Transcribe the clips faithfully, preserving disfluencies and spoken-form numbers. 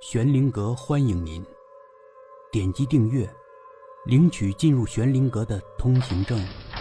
玄灵阁欢迎您，点击订阅，领取进入玄灵阁的通行证。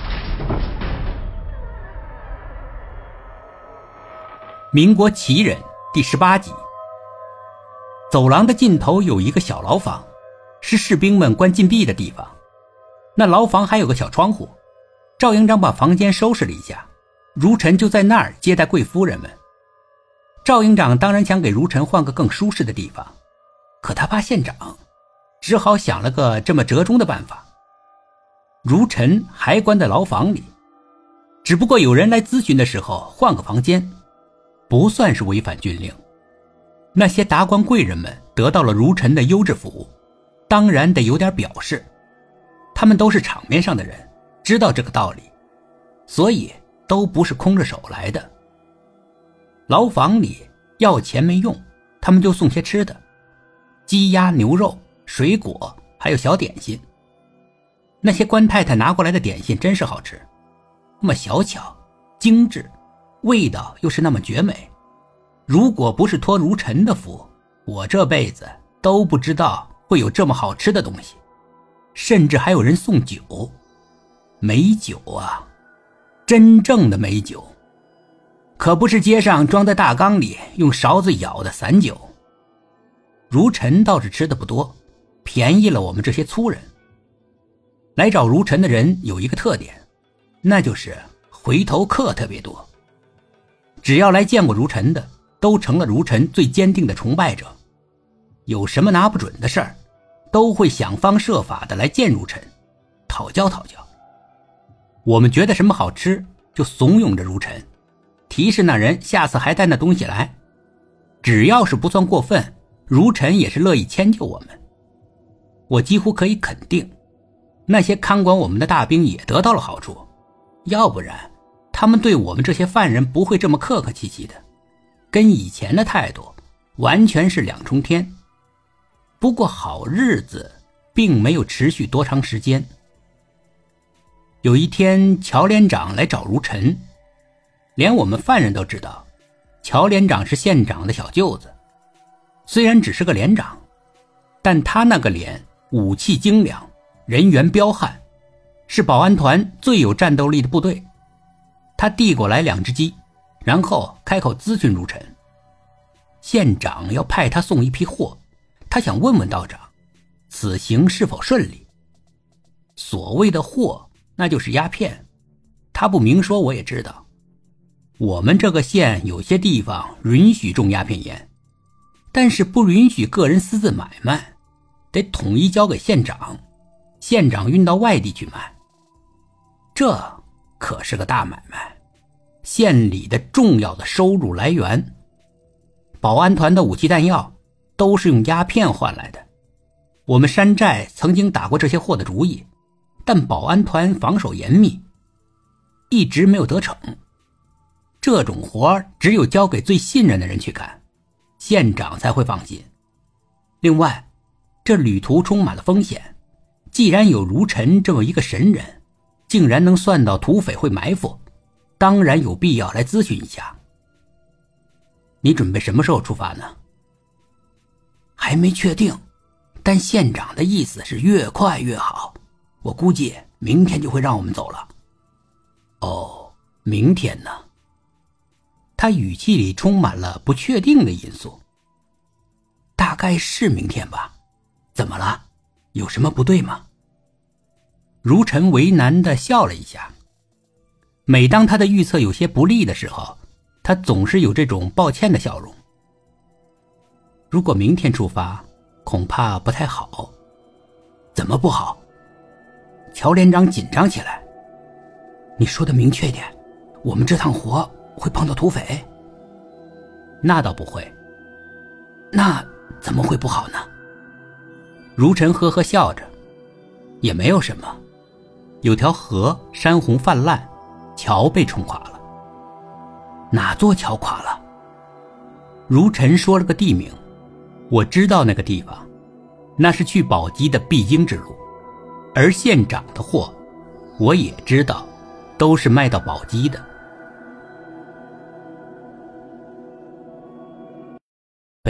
民国奇人第十八集。走廊的尽头有一个小牢房，是士兵们关禁闭的地方。那牢房还有个小窗户，赵营长把房间收拾了一下，如尘就在那儿接待贵夫人们。赵营长当然想给如尘换个更舒适的地方，可他怕县长，只好想了个这么折中的办法。如尘还关在牢房里，只不过有人来咨询的时候换个房间，不算是违反军令。那些达官贵人们得到了如尘的优质服务，当然得有点表示。他们都是场面上的人，知道这个道理，所以都不是空着手来的。牢房里要钱没用，他们就送些吃的，鸡鸭牛肉、水果还有小点心。那些官太太拿过来的点心真是好吃，那么小巧精致，味道又是那么绝美。如果不是托如尘的福，我这辈子都不知道会有这么好吃的东西。甚至还有人送酒，美酒啊，真正的美酒，可不是街上装在大缸里用勺子舀的散酒。如尘倒是吃的不多，便宜了我们这些粗人。来找如尘的人有一个特点，那就是回头客特别多。只要来见过如尘的，都成了如尘最坚定的崇拜者。有什么拿不准的事儿，都会想方设法的来见如尘，讨教讨教。我们觉得什么好吃，就怂恿着如尘，提示那人下次还带那东西来。只要是不算过分，如尘也是乐意迁就我们。我几乎可以肯定，那些看管我们的大兵也得到了好处，要不然他们对我们这些犯人不会这么客客气气的，跟以前的态度完全是两重天。不过好日子并没有持续多长时间。有一天，乔连长来找如尘，连我们犯人都知道，乔连长是县长的小舅子。虽然只是个连长，但他那个连武器精良，人员彪悍，是保安团最有战斗力的部队。他递过来两只鸡，然后开口咨询如尘，县长要派他送一批货，他想问问道长，此行是否顺利。所谓的货，那就是鸦片，他不明说我也知道。我们这个县有些地方允许种鸦片烟，但是不允许个人私自买卖，得统一交给县长，县长运到外地去卖。这可是个大买卖，县里的重要的收入来源。保安团的武器弹药都是用鸦片换来的。我们山寨曾经打过这些货的主意，但保安团防守严密，一直没有得逞。这种活只有交给最信任的人去干，县长才会放心。另外，这旅途充满了风险，既然有如尘这么一个神人，竟然能算到土匪会埋伏，当然有必要来咨询一下。你准备什么时候出发呢？还没确定，但县长的意思是越快越好，我估计明天就会让我们走了。哦，明天呢？他语气里充满了不确定的因素。大概是明天吧。怎么了？有什么不对吗？如尘为难地笑了一下。每当他的预测有些不利的时候，他总是有这种抱歉的笑容。如果明天出发，恐怕不太好。怎么不好？乔连长紧张起来。你说的明确点，我们这趟活会碰到土匪？那倒不会。那怎么会不好呢？如尘呵呵笑着，也没有什么。有条河山洪泛滥，桥被冲垮了。哪座桥垮了？如尘说了个地名，我知道那个地方，那是去宝鸡的必经之路，而县长的货我也知道，都是卖到宝鸡的。 本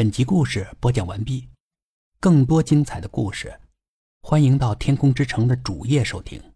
本集故事播讲完毕，更多精彩的故事，欢迎到天空之城的主页收听。